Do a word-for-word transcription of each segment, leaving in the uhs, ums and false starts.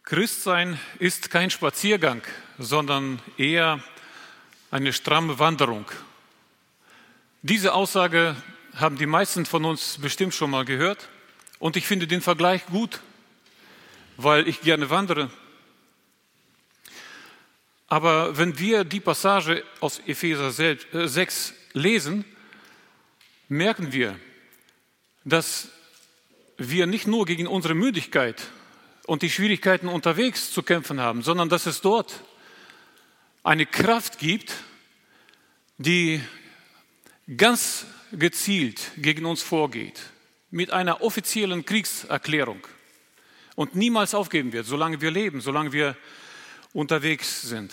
Christsein ist kein Spaziergang, sondern eher eine stramme Wanderung. Diese Aussage haben die meisten von uns bestimmt schon mal gehört und ich finde den Vergleich gut, weil ich gerne wandere. Aber wenn wir die Passage aus Epheser sechs lesen, merken wir, dass wir nicht nur gegen unsere Müdigkeit und die Schwierigkeiten unterwegs zu kämpfen haben, sondern dass es dort eine Kraft gibt, die ganz gezielt gegen uns vorgeht, mit einer offiziellen Kriegserklärung und niemals aufgeben wird, solange wir leben, solange wir unterwegs sind.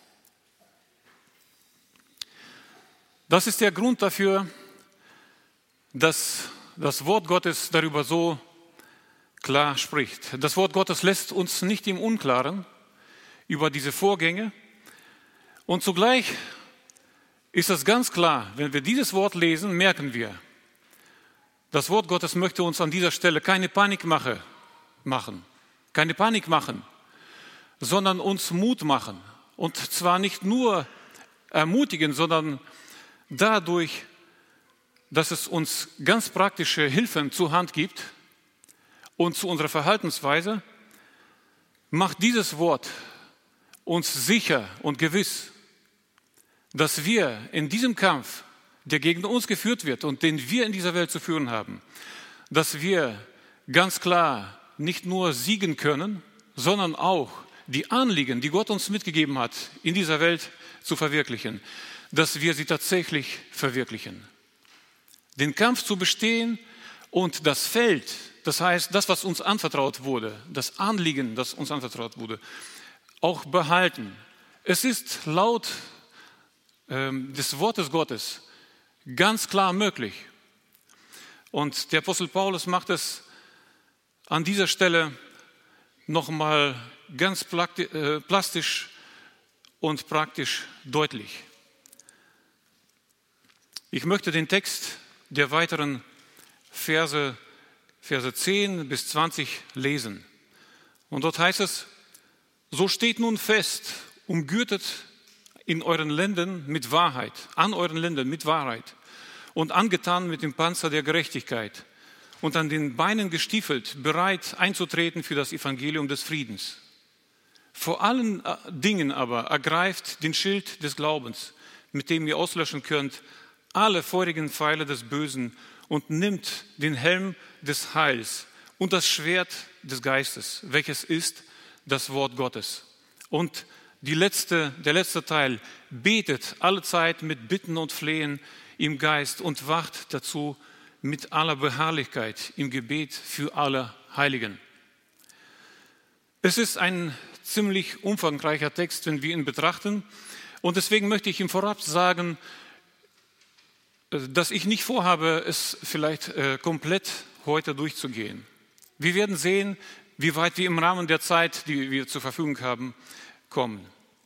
Das ist der Grund dafür, dass das Wort Gottes darüber so klar spricht. Das Wort Gottes lässt uns nicht im Unklaren über diese Vorgänge. Und zugleich ist es ganz klar, wenn wir dieses Wort lesen, merken wir, das Wort Gottes möchte uns an dieser Stelle keine Panikmache machen, keine Panik machen, sondern uns Mut machen. Und zwar nicht nur ermutigen, sondern dadurch, dass es uns ganz praktische Hilfen zur Hand gibt und zu unserer Verhaltensweise, macht dieses Wort uns sicher und gewiss, dass wir in diesem Kampf, der gegen uns geführt wird und den wir in dieser Welt zu führen haben, dass wir ganz klar nicht nur siegen können, sondern auch die Anliegen, die Gott uns mitgegeben hat, in dieser Welt zu verwirklichen, dass wir sie tatsächlich verwirklichen. Den Kampf zu bestehen und das Feld, das heißt, das, was uns anvertraut wurde, das Anliegen, das uns anvertraut wurde, auch behalten. Es ist laut ähm, des Wortes Gottes ganz klar möglich. Und der Apostel Paulus macht es an dieser Stelle nochmal ganz plastisch und praktisch deutlich. Ich möchte den Text der weiteren Verse, Verse zehn bis zwanzig lesen. Und dort heißt es: So steht nun fest, umgürtet in euren Lenden mit Wahrheit, an euren Lenden mit Wahrheit und angetan mit dem Panzer der Gerechtigkeit und an den Beinen gestiefelt, bereit einzutreten für das Evangelium des Friedens. Vor allen Dingen aber ergreift den Schild des Glaubens, mit dem ihr auslöschen könnt alle feurigen Pfeile des Bösen, und nimmt den Helm des Heils und das Schwert des Geistes, welches ist das Wort Gottes. Und die letzte, der letzte Teil: betet allezeit mit Bitten und Flehen im Geist und wacht dazu mit aller Beharrlichkeit im Gebet für alle Heiligen. Es ist ein ziemlich umfangreicher Text, wenn wir ihn betrachten. Und deswegen möchte ich ihm vorab sagen, dass ich nicht vorhabe, es vielleicht äh, komplett heute durchzugehen. Wir werden sehen, wie weit wir im Rahmen der Zeit, die wir zur Verfügung haben, kommen.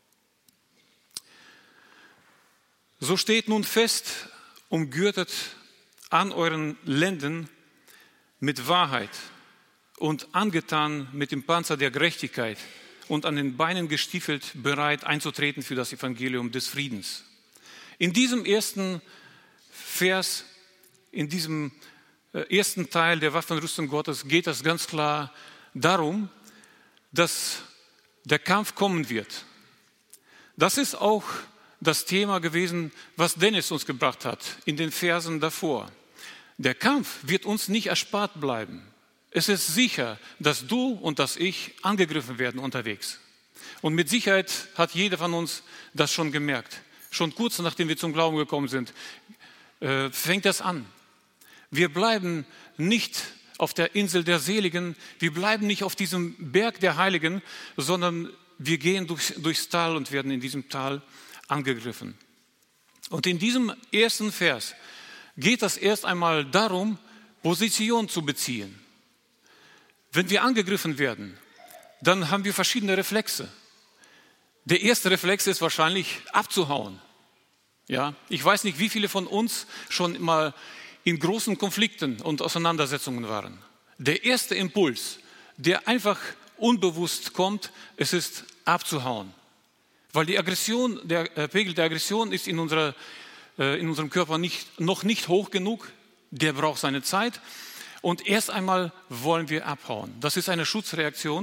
So steht nun fest, umgürtet an euren Lenden mit Wahrheit und angetan mit dem Panzer der Gerechtigkeit und an den Beinen gestiefelt, bereit einzutreten für das Evangelium des Friedens. In diesem ersten Vers, in diesem ersten Teil der Waffenrüstung Gottes geht es ganz klar darum, dass der Kampf kommen wird. Das ist auch das Thema gewesen, was Dennis uns gebracht hat in den Versen davor. Der Kampf wird uns nicht erspart bleiben. Es ist sicher, dass du und dass ich angegriffen werden unterwegs. Und mit Sicherheit hat jeder von uns das schon gemerkt. Schon kurz nachdem wir zum Glauben gekommen sind, äh, fängt das an. Wir bleiben nicht auf der Insel der Seligen, wir bleiben nicht auf diesem Berg der Heiligen, sondern wir gehen durch, durchs Tal und werden in diesem Tal angegriffen. Und in diesem ersten Vers geht es erst einmal darum, Position zu beziehen. Wenn wir angegriffen werden, dann haben wir verschiedene Reflexe. Der erste Reflex ist wahrscheinlich abzuhauen. Ja, ich weiß nicht, wie viele von uns schon mal in großen Konflikten und Auseinandersetzungen waren. Der erste Impuls, der einfach unbewusst kommt, es ist abzuhauen. Weil die Aggression, der äh, Pegel der Aggression ist in, unserer, äh, in unserem Körper nicht, noch nicht hoch genug. Der braucht seine Zeit. Und erst einmal wollen wir abhauen. Das ist eine Schutzreaktion.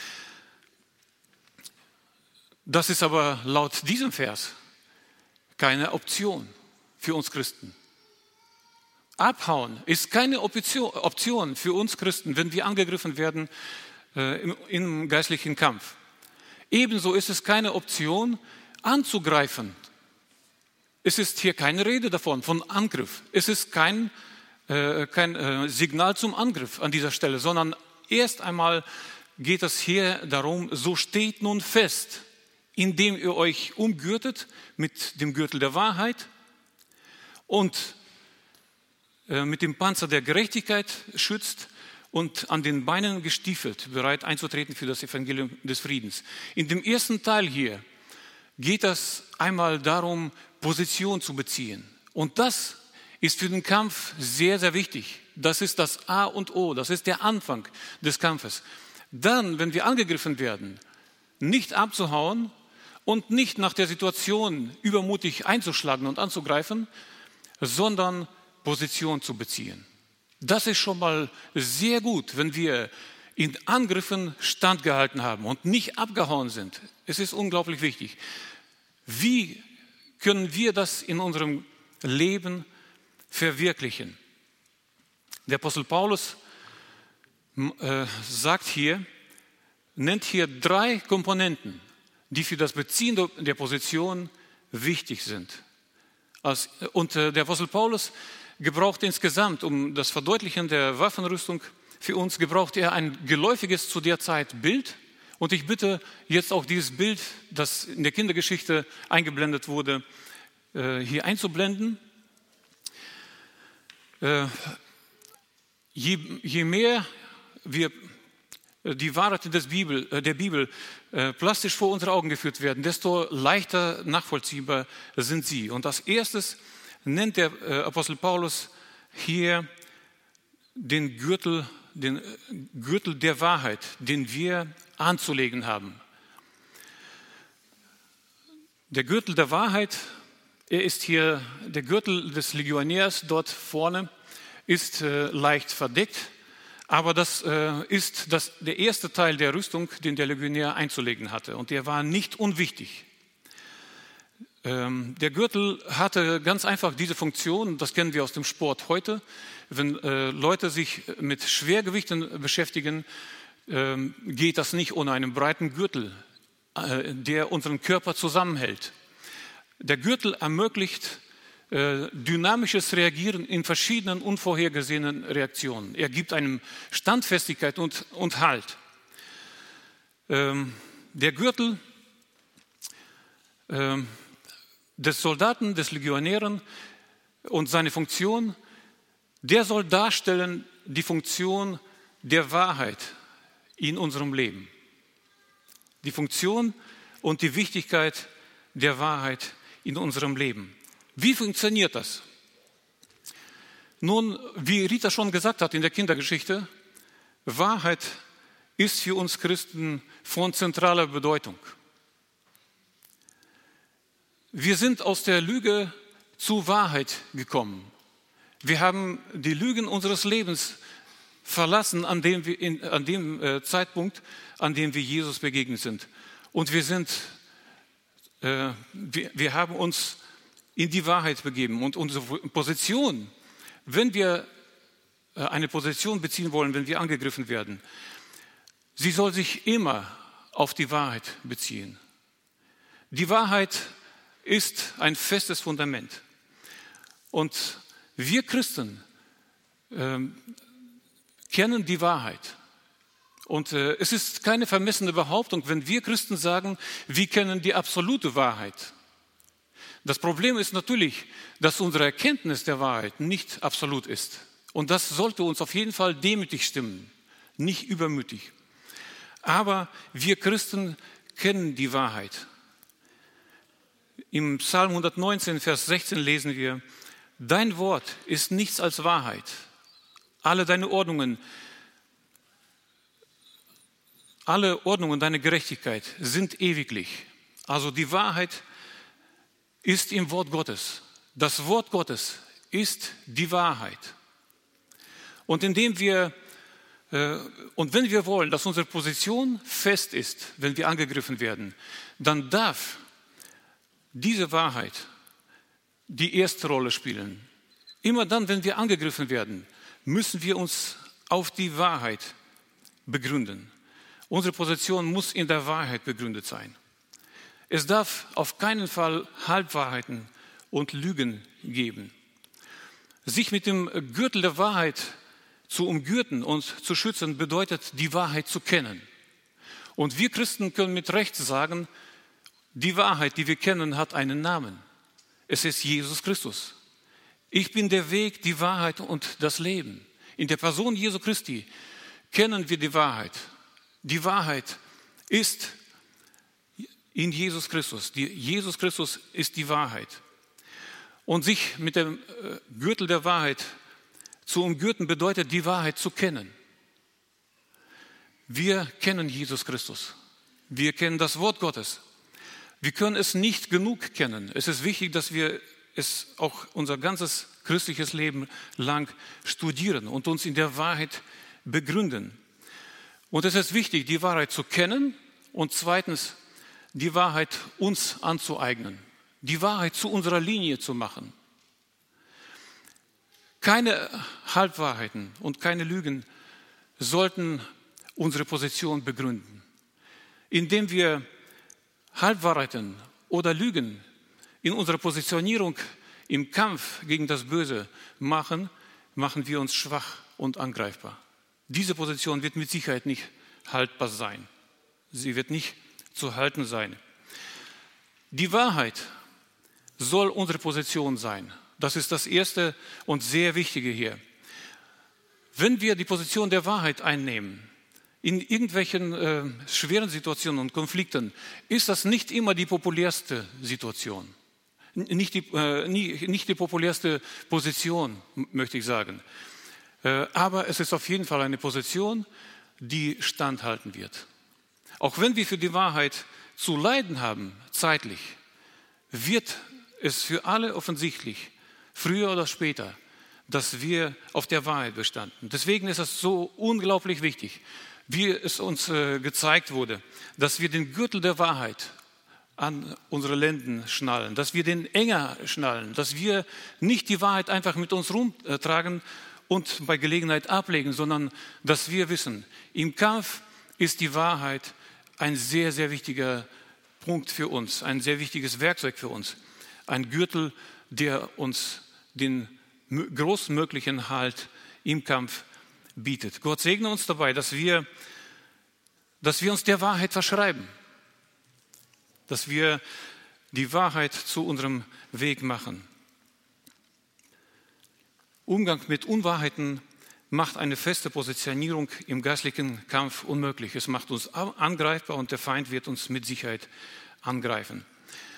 Das ist aber laut diesem Vers keine Option für uns Christen. Abhauen ist keine Option für uns Christen, wenn wir angegriffen werden äh, im, im geistlichen Kampf. Ebenso ist es keine Option, anzugreifen. Es ist hier keine Rede davon, von Angriff. Es ist kein, äh, kein äh, Signal zum Angriff an dieser Stelle, sondern erst einmal geht es hier darum, so steht nun fest, indem ihr euch umgürtet mit dem Gürtel der Wahrheit und äh, mit dem Panzer der Gerechtigkeit schützt und an den Beinen gestiefelt, bereit einzutreten für das Evangelium des Friedens. In dem ersten Teil hier geht es einmal darum, Position zu beziehen. Und das ist für den Kampf sehr, sehr wichtig. Das ist das A und O, das ist der Anfang des Kampfes. Dann, wenn wir angegriffen werden, nicht abzuhauen und nicht nach der Situation übermutig einzuschlagen und anzugreifen, sondern Position zu beziehen. Das ist schon mal sehr gut, wenn wir in Angriffen standgehalten haben und nicht abgehauen sind. Es ist unglaublich wichtig. Wie können wir das in unserem Leben verwirklichen? Der Apostel Paulus äh, sagt hier, nennt hier drei Komponenten, die für das Beziehen der Position wichtig sind. Als, und äh, der Apostel Paulus gebraucht insgesamt, um das Verdeutlichen der Waffenrüstung für uns, gebraucht er ein geläufiges zu der Zeit Bild. Und ich bitte jetzt auch dieses Bild, das in der Kindergeschichte eingeblendet wurde, hier einzublenden. Je, je mehr wir die Wahrheiten des Bibel, der Bibel plastisch vor unsere Augen geführt werden, desto leichter nachvollziehbar sind sie. Und als erstes nennt der Apostel Paulus hier den Gürtel, den Gürtel der Wahrheit, den wir anzulegen haben. Der Gürtel der Wahrheit, er ist hier, der Gürtel des Legionärs dort vorne, ist äh, leicht verdeckt, aber das äh, ist das, der erste Teil der Rüstung, den der Legionär einzulegen hatte. Und der war nicht unwichtig. Der Gürtel hatte ganz einfach diese Funktion, das kennen wir aus dem Sport heute. Wenn äh, Leute sich mit Schwergewichten beschäftigen, äh, geht das nicht ohne einen breiten Gürtel, äh, der unseren Körper zusammenhält. Der Gürtel ermöglicht äh, dynamisches Reagieren in verschiedenen unvorhergesehenen Reaktionen. Er gibt einem Standfestigkeit und, und Halt. Ähm, der Gürtel äh, des Soldaten, des Legionären und seine Funktion, der soll darstellen die Funktion der Wahrheit in unserem Leben. Die Funktion und die Wichtigkeit der Wahrheit in unserem Leben. Wie funktioniert das? Nun, wie Rita schon gesagt hat in der Kindergeschichte, Wahrheit ist für uns Christen von zentraler Bedeutung. Wir sind aus der Lüge zur Wahrheit gekommen. Wir haben die Lügen unseres Lebens verlassen an dem, wir in, an dem äh, Zeitpunkt, an dem wir Jesus begegnet sind. Und wir, sind, äh, wir, wir haben uns in die Wahrheit begeben. Und unsere Position, wenn wir äh, eine Position beziehen wollen, wenn wir angegriffen werden, sie soll sich immer auf die Wahrheit beziehen. Die Wahrheit ist ein festes Fundament. Und wir Christen äh, kennen die Wahrheit. Und äh, es ist keine vermessene Behauptung, wenn wir Christen sagen, wir kennen die absolute Wahrheit. Das Problem ist natürlich, dass unsere Erkenntnis der Wahrheit nicht absolut ist. Und das sollte uns auf jeden Fall demütig stimmen, nicht übermütig. Aber wir Christen kennen die Wahrheit. Im Psalm hundertneunzehn, Vers sechzehn lesen wir, dein Wort ist nichts als Wahrheit. Alle deine Ordnungen, alle Ordnungen deiner Gerechtigkeit sind ewiglich. Also die Wahrheit ist im Wort Gottes. Das Wort Gottes ist die Wahrheit. Und indem wir äh, und wenn wir wollen, dass unsere Position fest ist, wenn wir angegriffen werden, dann darf diese Wahrheit die erste Rolle spielen. Immer dann, wenn wir angegriffen werden, müssen wir uns auf die Wahrheit begründen. Unsere Position muss in der Wahrheit begründet sein. Es darf auf keinen Fall Halbwahrheiten und Lügen geben. Sich mit dem Gürtel der Wahrheit zu umgürten und zu schützen, bedeutet, die Wahrheit zu kennen. Und wir Christen können mit Recht sagen, die Wahrheit, die wir kennen, hat einen Namen. Es ist Jesus Christus. Ich bin der Weg, die Wahrheit und das Leben. In der Person Jesu Christi kennen wir die Wahrheit. Die Wahrheit ist in Jesus Christus. Die, Jesus Christus ist die Wahrheit. Und sich mit dem Gürtel der Wahrheit zu umgürten, bedeutet, die Wahrheit zu kennen. Wir kennen Jesus Christus. Wir kennen das Wort Gottes. Wir können es nicht genug kennen. Es ist wichtig, dass wir es auch unser ganzes christliches Leben lang studieren und uns in der Wahrheit begründen. Und es ist wichtig, die Wahrheit zu kennen und zweitens, die Wahrheit uns anzueignen, die Wahrheit zu unserer Linie zu machen. Keine Halbwahrheiten und keine Lügen sollten unsere Position begründen. Indem wir Halbwahrheiten oder Lügen in unserer Positionierung im Kampf gegen das Böse machen, machen wir uns schwach und angreifbar. Diese Position wird mit Sicherheit nicht haltbar sein. Sie wird nicht zu halten sein. Die Wahrheit soll unsere Position sein. Das ist das Erste und sehr Wichtige hier. Wenn wir die Position der Wahrheit einnehmen, in irgendwelchen äh, schweren Situationen und Konflikten, ist das nicht immer die populärste Situation. Nicht die, äh, nie, nicht die populärste Position, möchte ich sagen. Äh, aber es ist auf jeden Fall eine Position, die standhalten wird. Auch wenn wir für die Wahrheit zu leiden haben, zeitlich, wird es für alle offensichtlich, früher oder später, dass wir auf der Wahrheit bestanden. Deswegen ist es so unglaublich wichtig, wie es uns äh, gezeigt wurde, dass wir den Gürtel der Wahrheit an unsere Lenden schnallen, dass wir den enger schnallen, dass wir nicht die Wahrheit einfach mit uns rumtragen und bei Gelegenheit ablegen, sondern dass wir wissen, im Kampf ist die Wahrheit ein sehr, sehr wichtiger Punkt für uns, ein sehr wichtiges Werkzeug für uns, ein Gürtel, der uns den großmöglichen Halt im Kampf bietet. Gott segne uns dabei, dass wir, dass wir uns der Wahrheit verschreiben, dass wir die Wahrheit zu unserem Weg machen. Umgang mit Unwahrheiten macht eine feste Positionierung im geistlichen Kampf unmöglich. Es macht uns angreifbar und der Feind wird uns mit Sicherheit angreifen.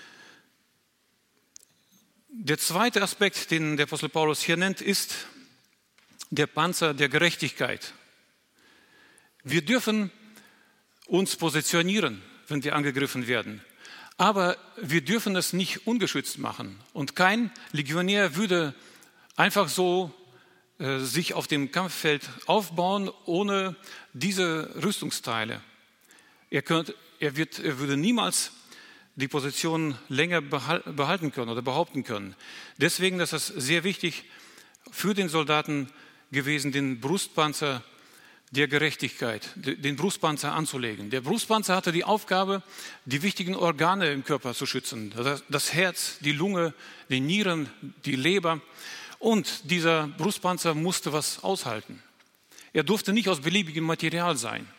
Der zweite Aspekt, den der Apostel Paulus hier nennt, ist der Panzer der Gerechtigkeit. Wir dürfen uns positionieren, wenn wir angegriffen werden. Aber wir dürfen es nicht ungeschützt machen. Und kein Legionär würde einfach so äh, sich auf dem Kampffeld aufbauen, ohne diese Rüstungsteile. Er, könnt, er, wird, er würde niemals die Position länger behalten können oder behaupten können. Deswegen ist es sehr wichtig für den Soldaten gewesen, den Brustpanzer der Gerechtigkeit, den Brustpanzer anzulegen. Der Brustpanzer hatte die Aufgabe, die wichtigen Organe im Körper zu schützen. Das Herz, die Lunge, die Nieren, die Leber. Und dieser Brustpanzer musste was aushalten. Er durfte nicht aus beliebigem Material sein.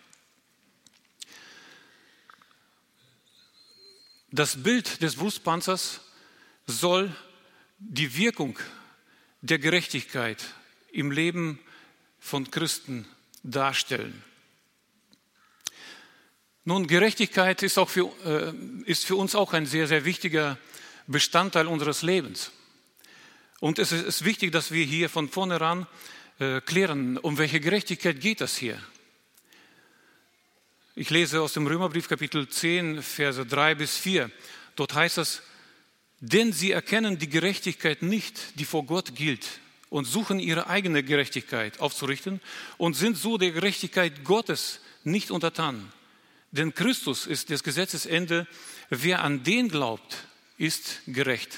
Das Bild des Brustpanzers soll die Wirkung der Gerechtigkeit im Leben von Christen darstellen. Nun, Gerechtigkeit ist, auch für, äh, ist für uns auch ein sehr, sehr wichtiger Bestandteil unseres Lebens. Und es ist wichtig, dass wir hier von vornherein äh, klären, um welche Gerechtigkeit geht es hier. Ich lese aus dem Römerbrief Kapitel zehn, Verse drei bis vier. Dort heißt es, denn sie erkennen die Gerechtigkeit nicht, die vor Gott gilt, und suchen ihre eigene Gerechtigkeit aufzurichten und sind so der Gerechtigkeit Gottes nicht untertan. Denn Christus ist des Gesetzes Ende. Wer an den glaubt, ist gerecht.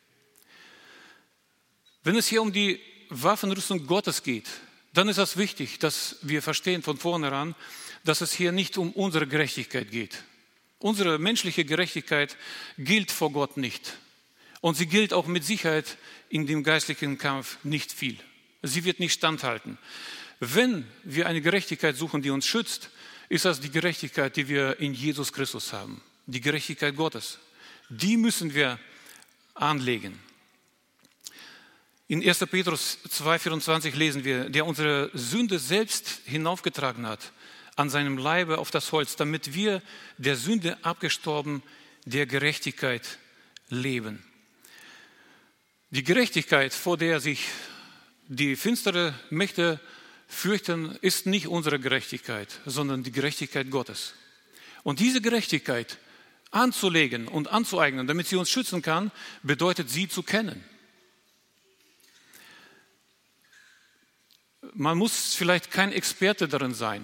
Wenn es hier um die Waffenrüstung Gottes geht, dann ist es wichtig, dass wir verstehen von vornherein, dass es hier nicht um unsere Gerechtigkeit geht. Unsere menschliche Gerechtigkeit gilt vor Gott nicht. Und sie gilt auch mit Sicherheit in dem geistlichen Kampf nicht viel. Sie wird nicht standhalten. Wenn wir eine Gerechtigkeit suchen, die uns schützt, ist das die Gerechtigkeit, die wir in Jesus Christus haben. Die Gerechtigkeit Gottes. Die müssen wir anlegen. In erster Petrus zwei vierundzwanzig lesen wir, der unsere Sünde selbst hinaufgetragen hat an seinem Leibe auf das Holz, damit wir der Sünde abgestorben, der Gerechtigkeit leben. Die Gerechtigkeit, vor der sich die finstere Mächte fürchten, ist nicht unsere Gerechtigkeit, sondern die Gerechtigkeit Gottes. Und diese Gerechtigkeit anzulegen und anzueignen, damit sie uns schützen kann, bedeutet, sie zu kennen. Man muss vielleicht kein Experte darin sein,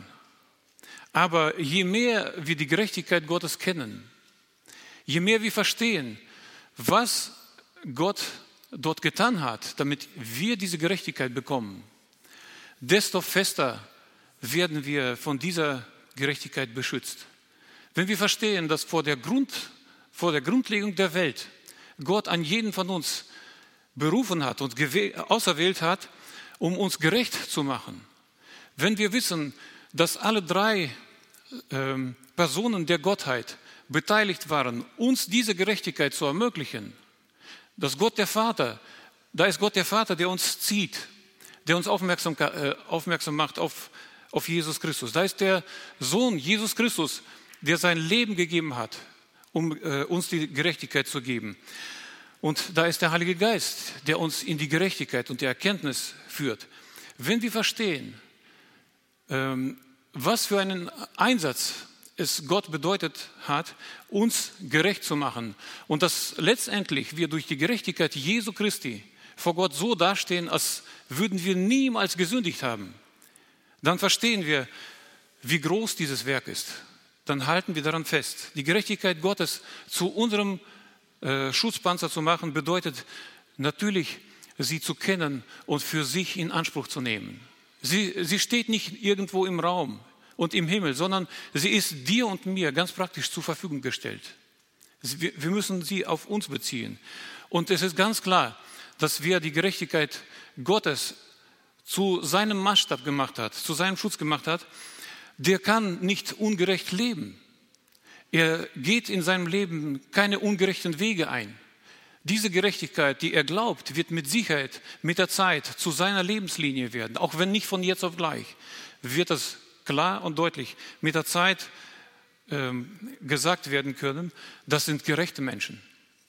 aber je mehr wir die Gerechtigkeit Gottes kennen, je mehr wir verstehen, was Gott dort getan hat, damit wir diese Gerechtigkeit bekommen, desto fester werden wir von dieser Gerechtigkeit beschützt. Wenn wir verstehen, dass vor der, Grund, vor der Grundlegung der Welt Gott an jeden von uns berufen hat und auserwählt hat, um uns gerecht zu machen, wenn wir wissen, dass alle drei ähm, Personen der Gottheit beteiligt waren, uns diese Gerechtigkeit zu ermöglichen, dass Gott der Vater, da ist Gott der Vater, der uns zieht, der uns aufmerksam, äh, aufmerksam macht auf, auf Jesus Christus. Da ist der Sohn Jesus Christus, der sein Leben gegeben hat, um äh, uns die Gerechtigkeit zu geben. Und da ist der Heilige Geist, der uns in die Gerechtigkeit und die Erkenntnis führt. Wenn wir verstehen, ähm, was für einen Einsatz es Gott bedeutet hat, uns gerecht zu machen und dass letztendlich wir durch die Gerechtigkeit Jesu Christi vor Gott so dastehen, als würden wir niemals gesündigt haben, dann verstehen wir, wie groß dieses Werk ist. Dann halten wir daran fest. Die Gerechtigkeit Gottes zu unserem äh, Schutzpanzer zu machen, bedeutet natürlich, sie zu kennen und für sich in Anspruch zu nehmen. Sie, sie steht nicht irgendwo im Raum und im Himmel, sondern sie ist dir und mir ganz praktisch zur Verfügung gestellt. Wir, wir müssen sie auf uns beziehen. Und es ist ganz klar, dass wer die Gerechtigkeit Gottes zu seinem Maßstab gemacht hat, zu seinem Schutz gemacht hat, der kann nicht ungerecht leben. Er geht in seinem Leben keine ungerechten Wege ein. Diese Gerechtigkeit, die er glaubt, wird mit Sicherheit mit der Zeit zu seiner Lebenslinie werden. Auch wenn nicht von jetzt auf gleich, wird das klar und deutlich mit der Zeit ähm, gesagt werden können, das sind gerechte Menschen.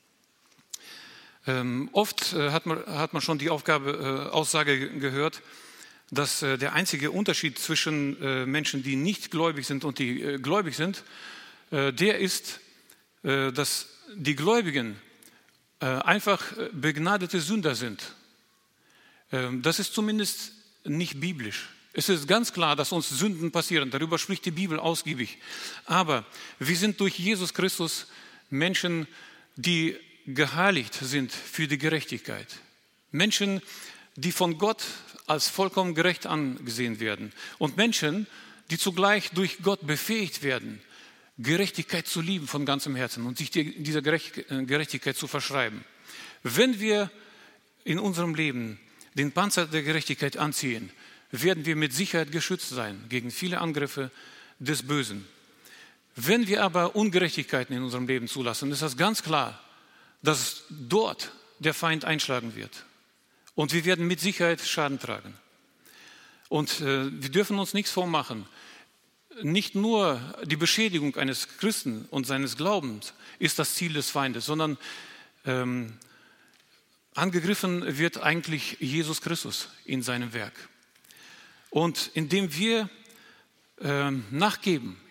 Ähm, oft äh, hat, man, hat man schon die Aufgabe, äh, Aussage gehört, dass äh, der einzige Unterschied zwischen äh, Menschen, die nicht gläubig sind und die äh, gläubig sind, äh, der ist, äh, dass die Gläubigen äh, einfach begnadete Sünder sind. Äh, das ist zumindest nicht biblisch. Es ist ganz klar, dass uns Sünden passieren. Darüber spricht die Bibel ausgiebig. Aber wir sind durch Jesus Christus Menschen, die geheiligt sind für die Gerechtigkeit. Menschen, die von Gott als vollkommen gerecht angesehen werden. Und Menschen, die zugleich durch Gott befähigt werden, Gerechtigkeit zu lieben von ganzem Herzen und sich dieser Gerechtigkeit zu verschreiben. Wenn wir in unserem Leben den Panzer der Gerechtigkeit anziehen, werden wir mit Sicherheit geschützt sein gegen viele Angriffe des Bösen. Wenn wir aber Ungerechtigkeiten in unserem Leben zulassen, ist das ganz klar, dass dort der Feind einschlagen wird. Und wir werden mit Sicherheit Schaden tragen. Und äh, wir dürfen uns nichts vormachen. Nicht nur die Beschädigung eines Christen und seines Glaubens ist das Ziel des Feindes, sondern ähm, angegriffen wird eigentlich Jesus Christus in seinem Werk. Und indem wir ähm, nachgeben,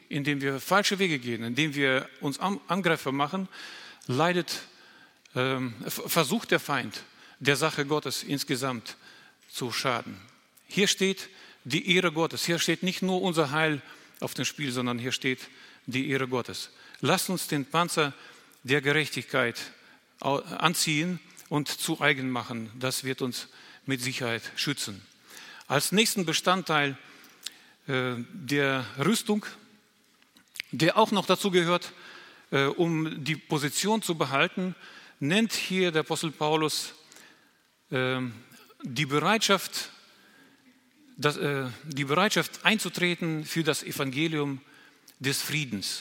indem wir falsche Wege gehen, indem wir uns angreifbar machen, leidet, ähm, versucht der Feind, der Sache Gottes insgesamt zu schaden. Hier steht die Ehre Gottes. Hier steht nicht nur unser Heil auf dem Spiel, sondern hier steht die Ehre Gottes. Lasst uns den Panzer der Gerechtigkeit anziehen und zu eigen machen. Das wird uns mit Sicherheit schützen. Als nächsten Bestandteil äh, der Rüstung, der auch noch dazu gehört, äh, um die Position zu behalten, nennt hier der Apostel Paulus äh, die Bereitschaft, das, äh, die Bereitschaft einzutreten für das Evangelium des Friedens.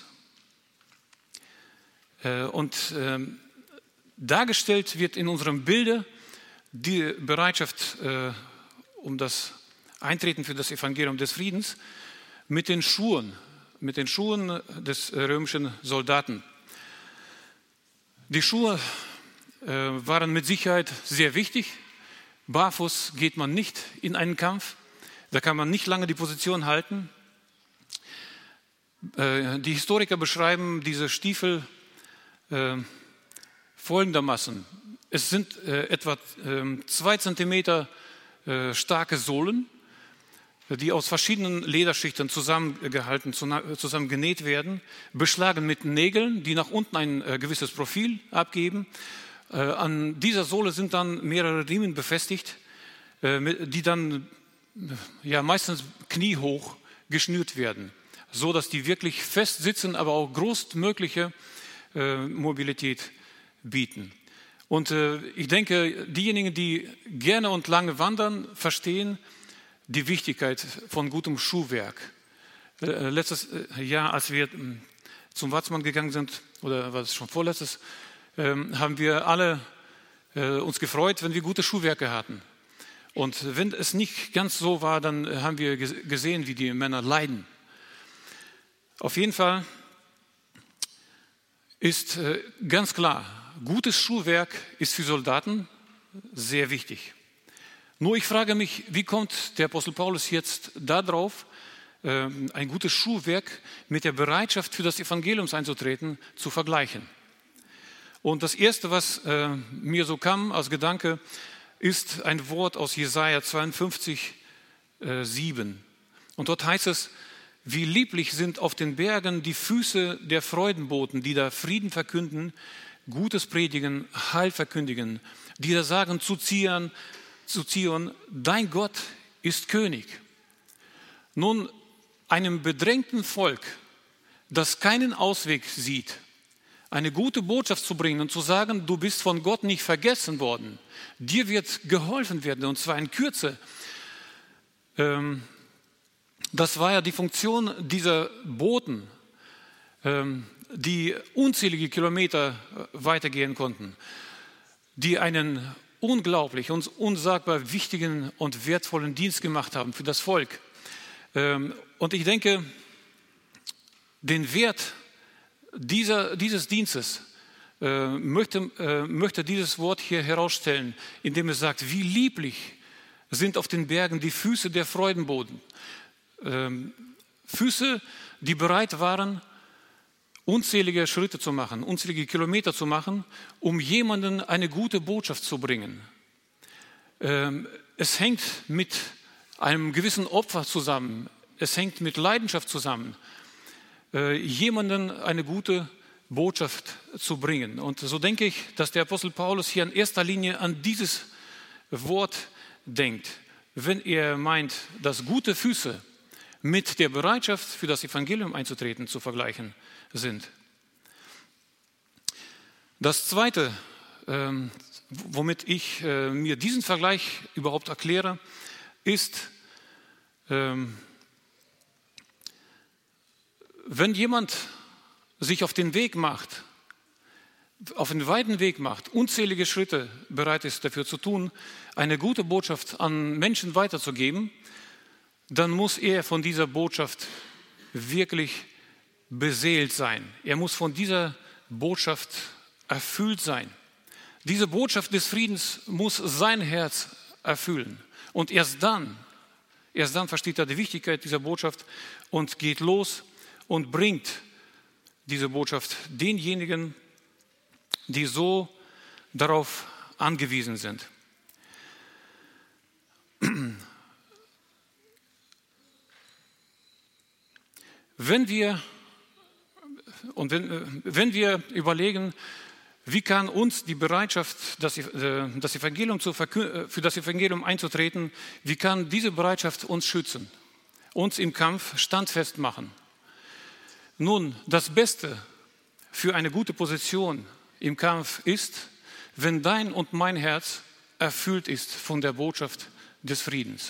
Äh, und äh, dargestellt wird in unserem Bilde die Bereitschaft äh, um das Eintreten für das Evangelium des Friedens mit den Schuhen, mit den Schuhen des römischen Soldaten. Die Schuhe äh, waren mit Sicherheit sehr wichtig. Barfuß geht man nicht in einen Kampf. Da kann man nicht lange die Position halten. Äh, die Historiker beschreiben diese Stiefel äh, folgendermaßen. Es sind äh, etwa äh, zwei Zentimeter äh, starke Sohlen, die aus verschiedenen Lederschichten zusammengehalten, zusammen genäht werden, beschlagen mit Nägeln, die nach unten ein äh, gewisses Profil abgeben. Äh, an dieser Sohle sind dann mehrere Riemen befestigt, äh, die dann äh, ja, meistens kniehoch geschnürt werden, so dass die wirklich fest sitzen, aber auch größtmögliche äh, Mobilität bieten. Und äh, ich denke, diejenigen, die gerne und lange wandern, verstehen die Wichtigkeit von gutem Schuhwerk. Äh, letztes Jahr, als wir äh, zum Watzmann gegangen sind, oder war es schon vorletztes, äh, haben wir alle äh, uns gefreut, wenn wir gute Schuhwerke hatten. Und wenn es nicht ganz so war, dann haben wir gesehen, wie die Männer leiden. Auf jeden Fall ist äh, ganz klar, gutes Schuhwerk ist für Soldaten sehr wichtig. Nur ich frage mich, wie kommt der Apostel Paulus jetzt darauf, ein gutes Schuhwerk mit der Bereitschaft für das Evangelium einzutreten, zu vergleichen? Und das Erste, was mir so kam als Gedanke, ist ein Wort aus Jesaja zweiundfünfzig, sieben. Und dort heißt es: Wie lieblich sind auf den Bergen die Füße der Freudenboten, die da Frieden verkünden, Gutes predigen, Heil verkündigen, die da sagen zu Zion, zu Zion, dein Gott ist König. Nun, einem bedrängten Volk, das keinen Ausweg sieht, eine gute Botschaft zu bringen und zu sagen, du bist von Gott nicht vergessen worden, dir wird geholfen werden, und zwar in Kürze. Ähm, das war ja die Funktion dieser Boten, ähm, die unzählige Kilometer weitergehen konnten, die einen unglaublich und unsagbar wichtigen und wertvollen Dienst gemacht haben für das Volk. Und ich denke, den Wert dieser, dieses Dienstes möchte, möchte dieses Wort hier herausstellen, indem es sagt, wie lieblich sind auf den Bergen die Füße der Freudenboten. Füße, die bereit waren, unzählige Schritte zu machen, unzählige Kilometer zu machen, um jemandem eine gute Botschaft zu bringen. Es hängt mit einem gewissen Opfer zusammen, es hängt mit Leidenschaft zusammen, jemandem eine gute Botschaft zu bringen. Und so denke ich, dass der Apostel Paulus hier in erster Linie an dieses Wort denkt, wenn er meint, dass gute Füße mit der Bereitschaft für das Evangelium einzutreten zu vergleichen sind. Das Zweite, ähm, womit ich äh, mir diesen Vergleich überhaupt erkläre, ist, ähm, wenn jemand sich auf den Weg macht, auf einen weiten Weg macht, unzählige Schritte bereit ist dafür zu tun, eine gute Botschaft an Menschen weiterzugeben, dann muss er von dieser Botschaft wirklich beseelt sein. Er muss von dieser Botschaft erfüllt sein. Diese Botschaft des Friedens muss sein Herz erfüllen. Und erst dann, erst dann versteht er die Wichtigkeit dieser Botschaft und geht los und bringt diese Botschaft denjenigen, die so darauf angewiesen sind. Wenn wir, und wenn, wenn wir überlegen, wie kann uns die Bereitschaft, das, das Evangelium zu verkü- für das Evangelium einzutreten, wie kann diese Bereitschaft uns schützen, uns im Kampf standfest machen? Nun, das Beste für eine gute Position im Kampf ist, wenn dein und mein Herz erfüllt ist von der Botschaft des Friedens.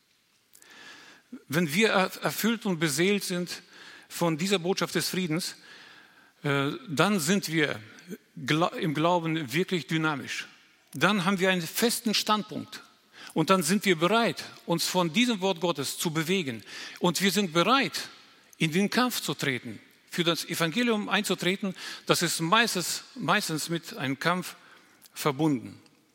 Wenn wir erfüllt und beseelt sind von dieser Botschaft des Friedens, dann sind wir im Glauben wirklich dynamisch. Dann haben wir einen festen Standpunkt. Und dann sind wir bereit, uns von diesem Wort Gottes zu bewegen. Und wir sind bereit, in den Kampf zu treten, für das Evangelium einzutreten. Das ist meistens, meistens mit einem Kampf verbunden.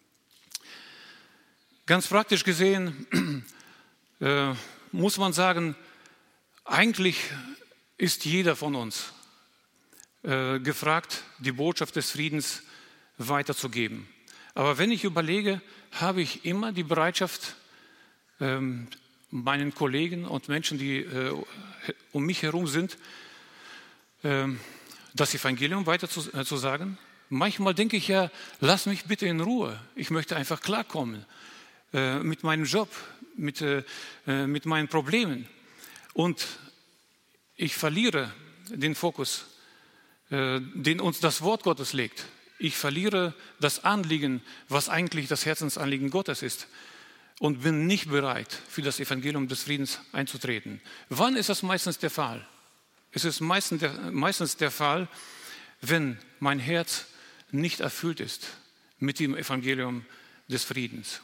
Ganz praktisch gesehen äh, muss man sagen, eigentlich ist jeder von uns äh, gefragt, die Botschaft des Friedens weiterzugeben. Aber wenn ich überlege, habe ich immer die Bereitschaft, ähm, meinen Kollegen und Menschen, die äh, um mich herum sind, äh, das Evangelium weiter zu, äh, zu sagen. Manchmal denke ich ja, lass mich bitte in Ruhe. Ich möchte einfach klarkommen äh, mit meinem Job, mit, äh, mit meinen Problemen. Und ich verliere den Fokus, äh, den uns das Wort Gottes legt. Ich verliere das Anliegen, was eigentlich das Herzensanliegen Gottes ist, und bin nicht bereit, für das Evangelium des Friedens einzutreten. Wann ist das meistens der Fall? Es ist meistens der, meistens der Fall, wenn mein Herz nicht erfüllt ist mit dem Evangelium des Friedens.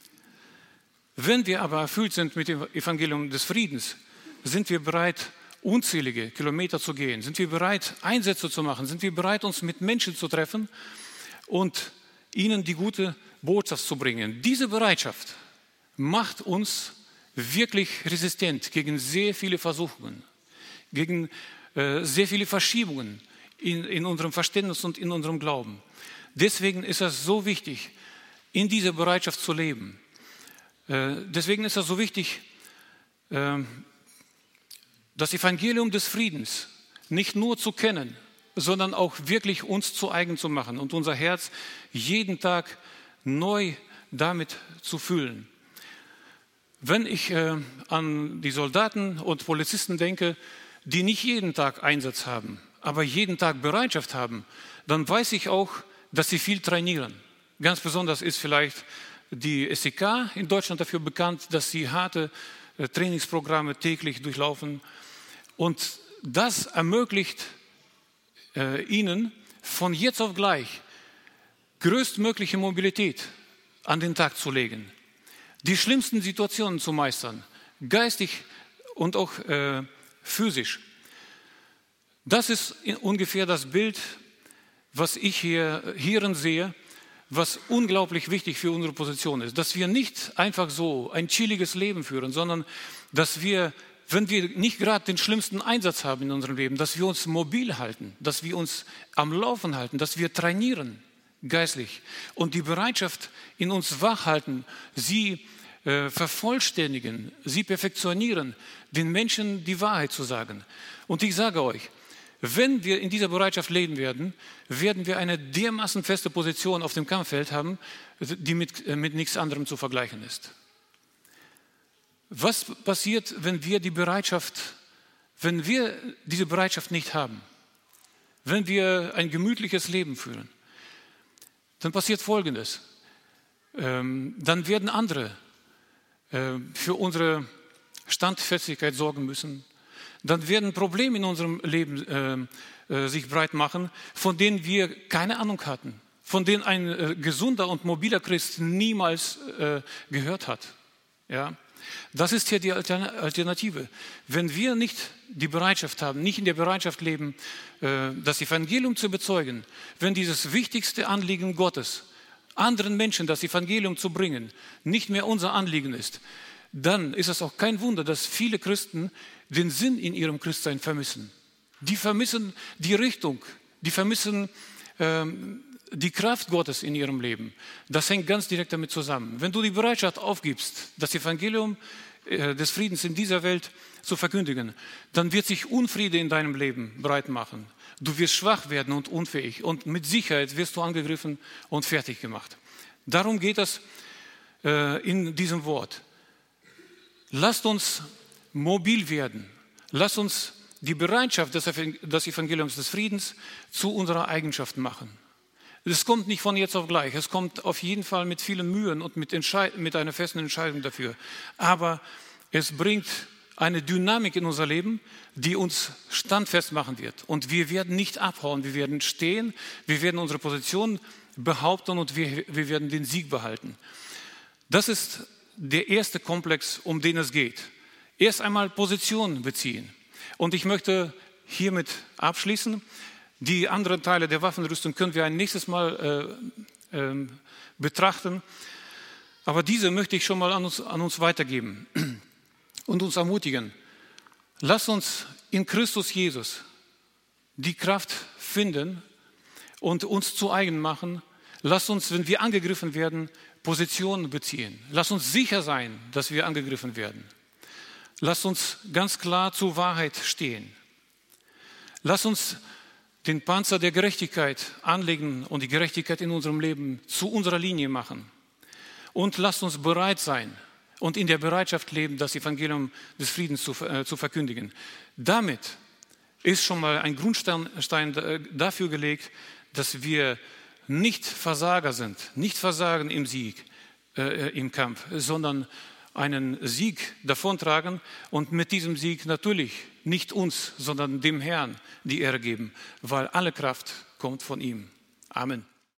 Wenn wir aber erfüllt sind mit dem Evangelium des Friedens, sind wir bereit, unzählige Kilometer zu gehen, sind wir bereit, Einsätze zu machen, sind wir bereit, uns mit Menschen zu treffen und ihnen die gute Botschaft zu bringen. Diese Bereitschaft macht uns wirklich resistent gegen sehr viele Versuchungen, gegen äh, sehr viele Verschiebungen in, in unserem Verständnis und in unserem Glauben. Deswegen ist es so wichtig, in dieser Bereitschaft zu leben. Äh, deswegen ist es so wichtig, äh, das Evangelium des Friedens nicht nur zu kennen, sondern auch wirklich uns zu eigen zu machen und unser Herz jeden Tag neu damit zu füllen. Wenn ich äh, an die Soldaten und Polizisten denke, die nicht jeden Tag Einsatz haben, aber jeden Tag Bereitschaft haben, dann weiß ich auch, dass sie viel trainieren. Ganz besonders ist vielleicht die S E K in Deutschland dafür bekannt, dass sie harte äh, Trainingsprogramme täglich durchlaufen. Und das ermöglicht äh, ihnen von jetzt auf gleich größtmögliche Mobilität an den Tag zu legen, die schlimmsten Situationen zu meistern, geistig und auch äh, physisch. Das ist ungefähr das Bild, was ich hier hierin sehe, was unglaublich wichtig für unsere Position ist. Dass wir nicht einfach so ein chilliges Leben führen, sondern dass wir, wenn wir nicht gerade den schlimmsten Einsatz haben in unserem Leben, dass wir uns mobil halten, dass wir uns am Laufen halten, dass wir trainieren geistlich und die Bereitschaft in uns wach halten, sie äh, vervollständigen, sie perfektionieren, den Menschen die Wahrheit zu sagen. Und ich sage euch, wenn wir in dieser Bereitschaft leben werden, werden wir eine dermaßen feste Position auf dem Kampffeld haben, die mit, mit nichts anderem zu vergleichen ist. Was passiert, wenn wir die Bereitschaft, wenn wir diese Bereitschaft nicht haben? Wenn wir ein gemütliches Leben führen? Dann passiert Folgendes. Ähm, dann werden andere äh, für unsere Standfestigkeit sorgen müssen. Dann werden Probleme in unserem Leben äh, äh, sich breit machen, von denen wir keine Ahnung hatten, von denen ein äh, gesunder und mobiler Christ niemals äh, gehört hat. Ja? Das ist hier die Alternative. Wenn wir nicht die Bereitschaft haben, nicht in der Bereitschaft leben, äh, das Evangelium zu bezeugen, wenn dieses wichtigste Anliegen Gottes, anderen Menschen das Evangelium zu bringen, nicht mehr unser Anliegen ist, dann ist es auch kein Wunder, dass viele Christen den Sinn in ihrem Christsein vermissen. Die vermissen die Richtung, die vermissen ähm, die Kraft Gottes in ihrem Leben. Das hängt ganz direkt damit zusammen. Wenn du die Bereitschaft aufgibst, das Evangelium äh, des Friedens in dieser Welt zu verkündigen, dann wird sich Unfriede in deinem Leben breit machen. Du wirst schwach werden und unfähig und mit Sicherheit wirst du angegriffen und fertig gemacht. Darum geht es äh, in diesem Wort. Lasst uns mobil werden. Lasst uns die Bereitschaft des Evangeliums des Friedens zu unserer Eigenschaft machen. Es kommt nicht von jetzt auf gleich. Es kommt auf jeden Fall mit vielen Mühen und mit, mit einer festen Entscheidung dafür. Aber es bringt eine Dynamik in unser Leben, die uns standfest machen wird. Und wir werden nicht abhauen, wir werden stehen, wir werden unsere Position behaupten und wir, wir werden den Sieg behalten. Das ist der erste Komplex, um den es geht. Erst einmal Position beziehen. Und ich möchte hiermit abschließen. Die anderen Teile der Waffenrüstung können wir ein nächstes Mal äh, äh, betrachten. Aber diese möchte ich schon mal an uns, an uns weitergeben und uns ermutigen. Lass uns in Christus Jesus die Kraft finden und uns zu eigen machen. Lass uns, wenn wir angegriffen werden, Positionen beziehen. Lass uns sicher sein, dass wir angegriffen werden. Lass uns ganz klar zur Wahrheit stehen. Lass uns den Panzer der Gerechtigkeit anlegen und die Gerechtigkeit in unserem Leben zu unserer Linie machen. Und lasst uns bereit sein und in der Bereitschaft leben, das Evangelium des Friedens zu, äh, zu verkündigen. Damit ist schon mal ein Grundstein Stein dafür gelegt, dass wir nicht Versager sind, nicht Versagen im Sieg, äh, im Kampf, sondern einen Sieg davontragen und mit diesem Sieg natürlich nicht uns, sondern dem Herrn die Ehre geben, weil alle Kraft kommt von ihm. Amen.